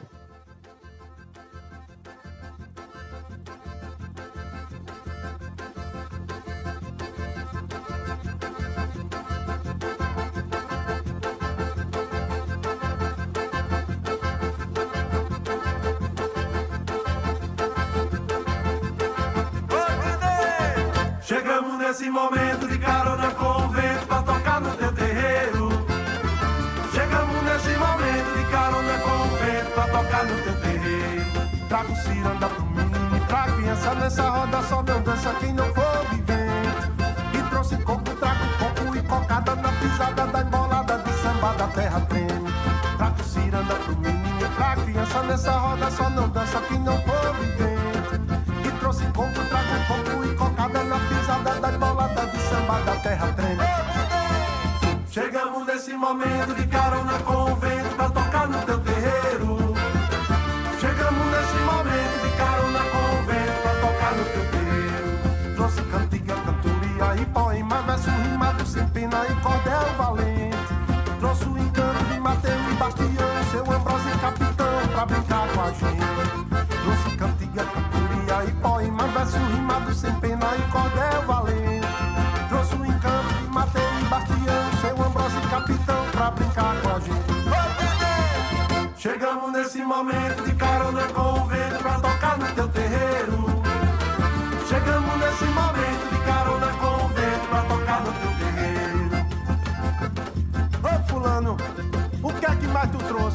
Chegamos nesse momento de carona com o vento pra tocar no teu terreiro. Chegamos nesse momento de carona com o vento pra tocar no teu terreiro. Trago ciranda pro menino, trago criança nessa roda, só não dança quem não for vivente. E trouxe coco, trago coco e cocada na pisada da embolada de samba da terra treme. Trago ciranda pro menino, trago criança nessa roda, só não dança quem não for vivente. E trouxe coco, trago coco e cocada na pisada da embolada de samba da terra treme. Chegamos nesse momento de carona com o vento pra tocar no teu terreiro. Chegamos nesse momento de carona com o vento pra tocar no teu terreiro. Trouxe cantiga, cantoria e poema, verso rimado sem pena e cordel valente. Trouxe o encanto de Mateus e Bastião, seu Ambrosio e Capitão pra brincar com a gente. Trouxe cantiga, cantoria e poema, verso rimado sem pena e cordel valente. Trouxe o encanto de Mateus e Bastião, seu Ambrosio e Capitão pra brincar com a gente. Chegamos nesse momento de carona com o vento pra tocar no teu terreiro. Chegamos nesse momento de carona com o vento pra tocar no teu terreiro. Ô fulano, o que é que mais tu trouxe?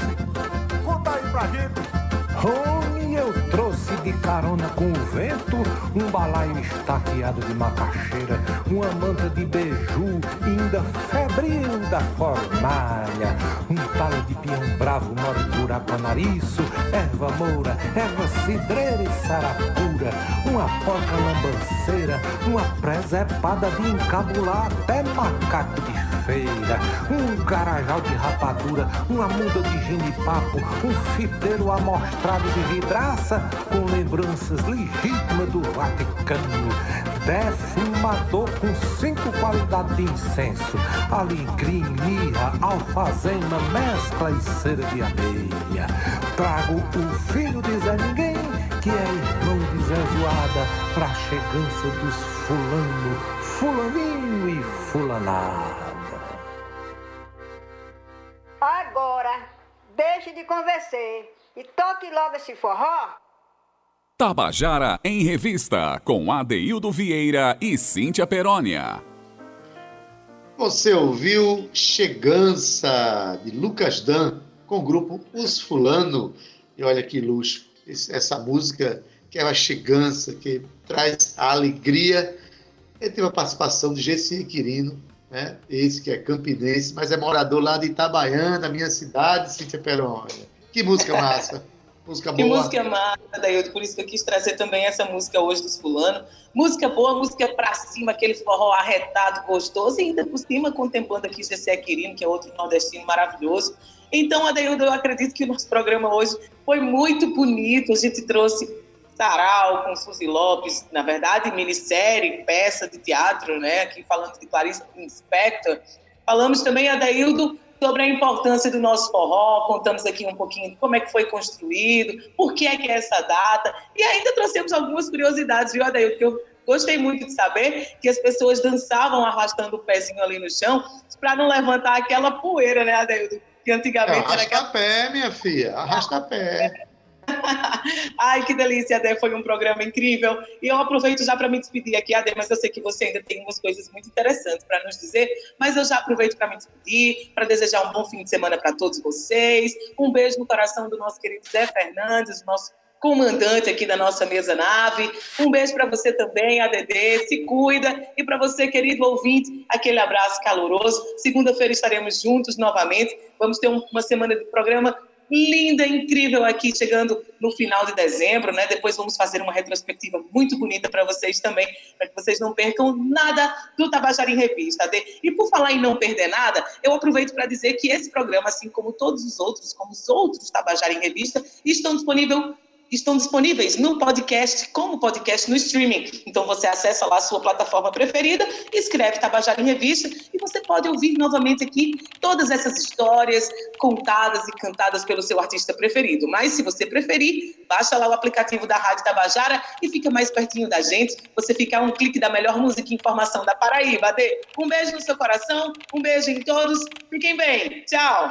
Conta aí pra gente. Homem, eu trouxe de carona com o vento um balão balaio estaqueado de macaxeira, uma manta de beiju, ainda febril da fornalha, um talo de pião bravo, mora panariço, erva moura, erva cidreira e sarapura, uma porca lambanceira, uma presepada de encabular até macaco de feira, um carajal de rapadura, uma muda de ginipapo, um fiteiro amostrado de vidraça, com lembranças legítimas do Vaticano, defumador com 5 qualidades de incenso, alecrim, mirra, alfazema, mescla e cera de abelha. Trago o filho de Zé Ninguém, que é irmão de Zé Zoada, pra chegança dos fulano, fulaninho e fulanada. Agora, deixe de conversar e toque logo esse forró. Tabajara em Revista, com Adeildo Vieira e Cíntia Perônia. Você ouviu Chegança, de Lucas Dan, com o grupo Os Fulano. E olha que luxo, essa música, que é a chegança, que traz a alegria. Ele teve a participação de Gessi Quirino, né? Esse que é campinense, mas é morador lá de Itabaiana, da minha cidade, Cíntia Perônia. Que música massa! Música boa. Que música massa, Daildo. Por isso que eu quis trazer também essa música hoje dos Fulano. Música boa, música pra cima, aquele forró arretado, gostoso, e ainda por cima contemplando aqui Gessi Quirino, que é outro nordestino maravilhoso. Então, Adeildo, eu acredito que o nosso programa hoje foi muito bonito. A gente trouxe sarau com Suzy Lopes, na verdade, minissérie, peça de teatro, né? Aqui falando de Clarice Lispector. Falamos também, Adeildo, sobre a importância do nosso forró, contamos aqui um pouquinho de como é que foi construído, por que é essa data, e ainda trouxemos algumas curiosidades, viu, Adeildo, que eu gostei muito de saber que as pessoas dançavam arrastando o pezinho ali no chão para não levantar aquela poeira, né, Adeildo? Que antigamente arrasta era aquela... pé, minha filha, arrasta pé. Ai, que delícia, Adê, foi um programa incrível. E eu aproveito já para me despedir aqui, Adê, mas eu sei que você ainda tem umas coisas muito interessantes para nos dizer, mas eu já aproveito para me despedir, para desejar um bom fim de semana para todos vocês. Um beijo no coração do nosso querido Zé Fernandes, nosso comandante aqui da nossa mesa nave. Um beijo para você também, ADD, se cuida. E para você, querido ouvinte, aquele abraço caloroso. Segunda-feira estaremos juntos novamente. Vamos ter uma semana de programa linda, incrível aqui, chegando no final de dezembro, né? Depois vamos fazer uma retrospectiva muito bonita para vocês também, para que vocês não percam nada do Tabajara em Revista. E por falar em não perder nada, eu aproveito para dizer que esse programa, assim como todos os outros, como os outros Tabajara em Revista, estão disponíveis no podcast, como podcast no streaming. Então você acessa lá a sua plataforma preferida, escreve Tabajara em Revista e você pode ouvir novamente aqui todas essas histórias contadas e cantadas pelo seu artista preferido. Mas se você preferir, baixa lá o aplicativo da Rádio Tabajara e fica mais pertinho da gente. Você fica a um clique da melhor música e informação da Paraíba. Adê, um beijo no seu coração, um beijo em todos. Fiquem bem. Tchau.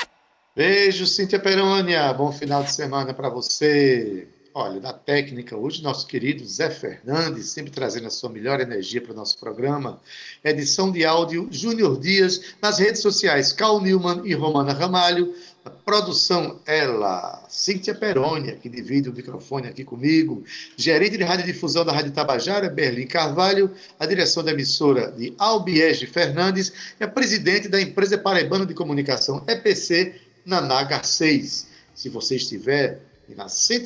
Beijo, Cíntia Perônia. Bom final de semana para você. Olha, na técnica hoje, nosso querido Zé Fernandes, sempre trazendo a sua melhor energia para o nosso programa. Edição de áudio, Júnior Dias. Nas redes sociais, Cal Newman e Romana Ramalho. A produção, ela, Cíntia Perônia, que divide o microfone aqui comigo. Gerente de radiodifusão da Rádio Tabajara, Berlim Carvalho. A direção da emissora de Albiege Fernandes. E a presidente da Empresa Paraibana de Comunicação, EPC, Naná Garcês. Se você estiver na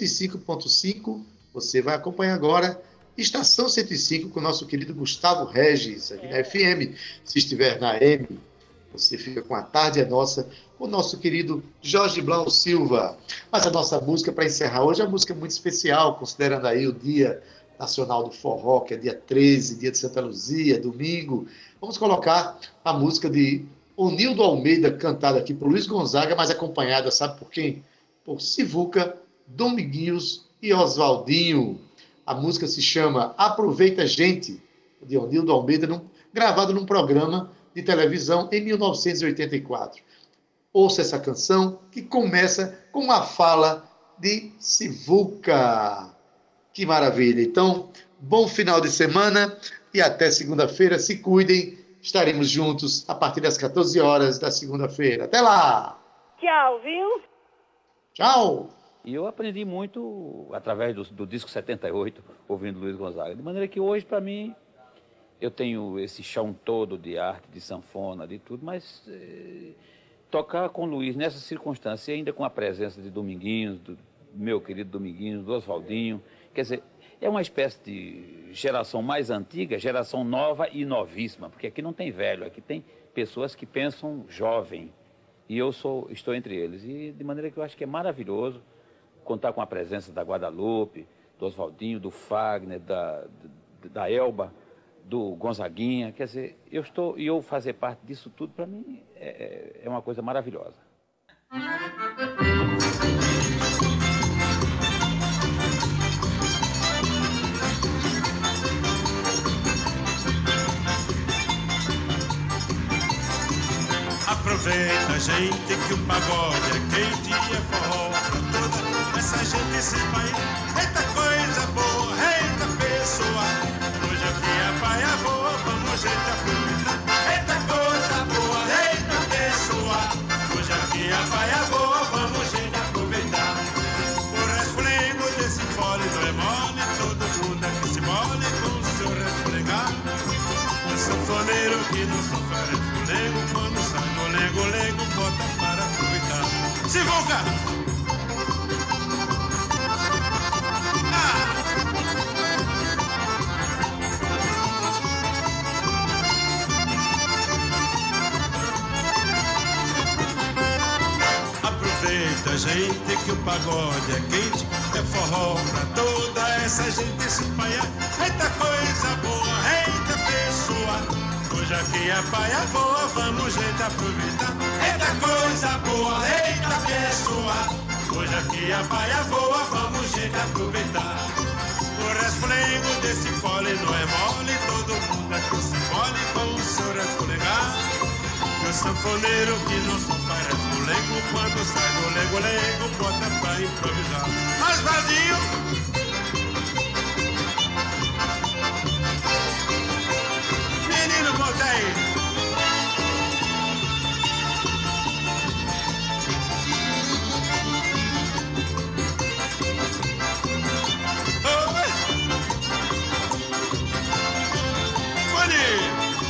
105.5, você vai acompanhar agora Estação 105 com o nosso querido Gustavo Regis, aqui na FM. Se estiver na M, você fica com A Tarde é Nossa, com o nosso querido Jorge Blau Silva. Mas a nossa música para encerrar hoje é uma música muito especial, considerando aí o Dia Nacional do Forró, que é dia 13, dia de Santa Luzia, domingo. Vamos colocar a música de Onildo Almeida, cantada aqui por Luiz Gonzaga, mas acompanhada, sabe por quem? Por Sivuca, Dominguinhos e Oswaldinho. A música se chama Aproveita Gente, de Onildo Almeida, gravado num programa de televisão em 1984. Ouça essa canção, que começa com uma fala de Sivuca. Que maravilha! Então, bom final de semana e até segunda-feira. Se cuidem. Estaremos juntos a partir das 14 horas da segunda-feira. Até lá! Tchau, viu? Tchau! E eu aprendi muito através do disco 78, ouvindo Luiz Gonzaga. De maneira que hoje, para mim, eu tenho esse chão todo de arte, de sanfona, de tudo, mas tocar com o Luiz nessa circunstância, ainda com a presença de Dominguinhos, do meu querido Dominguinhos, do Oswaldinho, quer dizer, é uma espécie de geração mais antiga, geração nova e novíssima, porque aqui não tem velho, aqui tem pessoas que pensam jovem, e eu estou entre eles. E de maneira que eu acho que é maravilhoso contar com a presença da Guadalupe, do Oswaldinho, do Fagner, da Elba, do Gonzaguinha. Quer dizer, eu fazer parte disso tudo, para mim, é uma coisa maravilhosa. Aproveita, gente, que o pagode é quente e é forró pra toda essa gente se espalha. Eita coisa boa, eita pessoa, hoje aqui a paia voa, vamos gente aproveitar. Eita coisa boa, eita pessoa, hoje aqui a paia voa, vamos gente aproveitar. O resflego desse fole não é mole, todo mundo aqui se mole com o seu resfregar. O sanfoneiro que não sofre resfolego, quando sai no lego-lego, bota para aproveitar. Se volta! Aproveita, gente, que o pagode é quente, é forró pra toda essa gente se espalhar. Eita coisa boa, eita pessoa, hoje aqui a paia voa, vamos gente aproveitar. Eita coisa boa, eita pessoa, hoje aqui a paia voa, vamos gente aproveitar. O resflego desse fole não é mole, todo mundo aqui se mole com o seu resflegar. E o sanfoneiro que não só faz resfolego, quando sai do lego-lego, bota pra improvisar. Oswaldinho! Menino, volta aí! Oi! Bonito!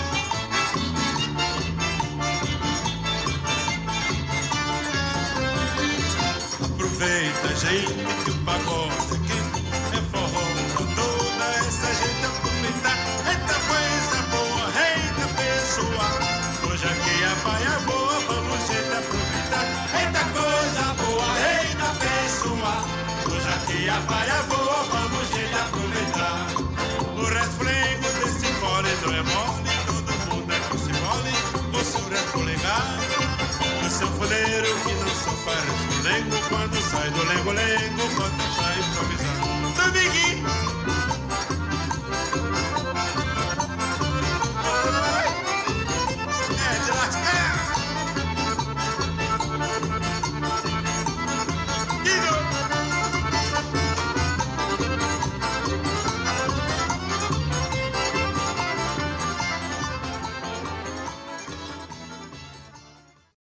Aproveita, gente, que o pagode aqui é forró pra toda essa gente aproveitar. Eita coisa boa, eita pessoa, hoje aqui a paia boa, vamos gente aproveitar. Eita coisa boa, eita pessoa, hoje aqui a paia boa.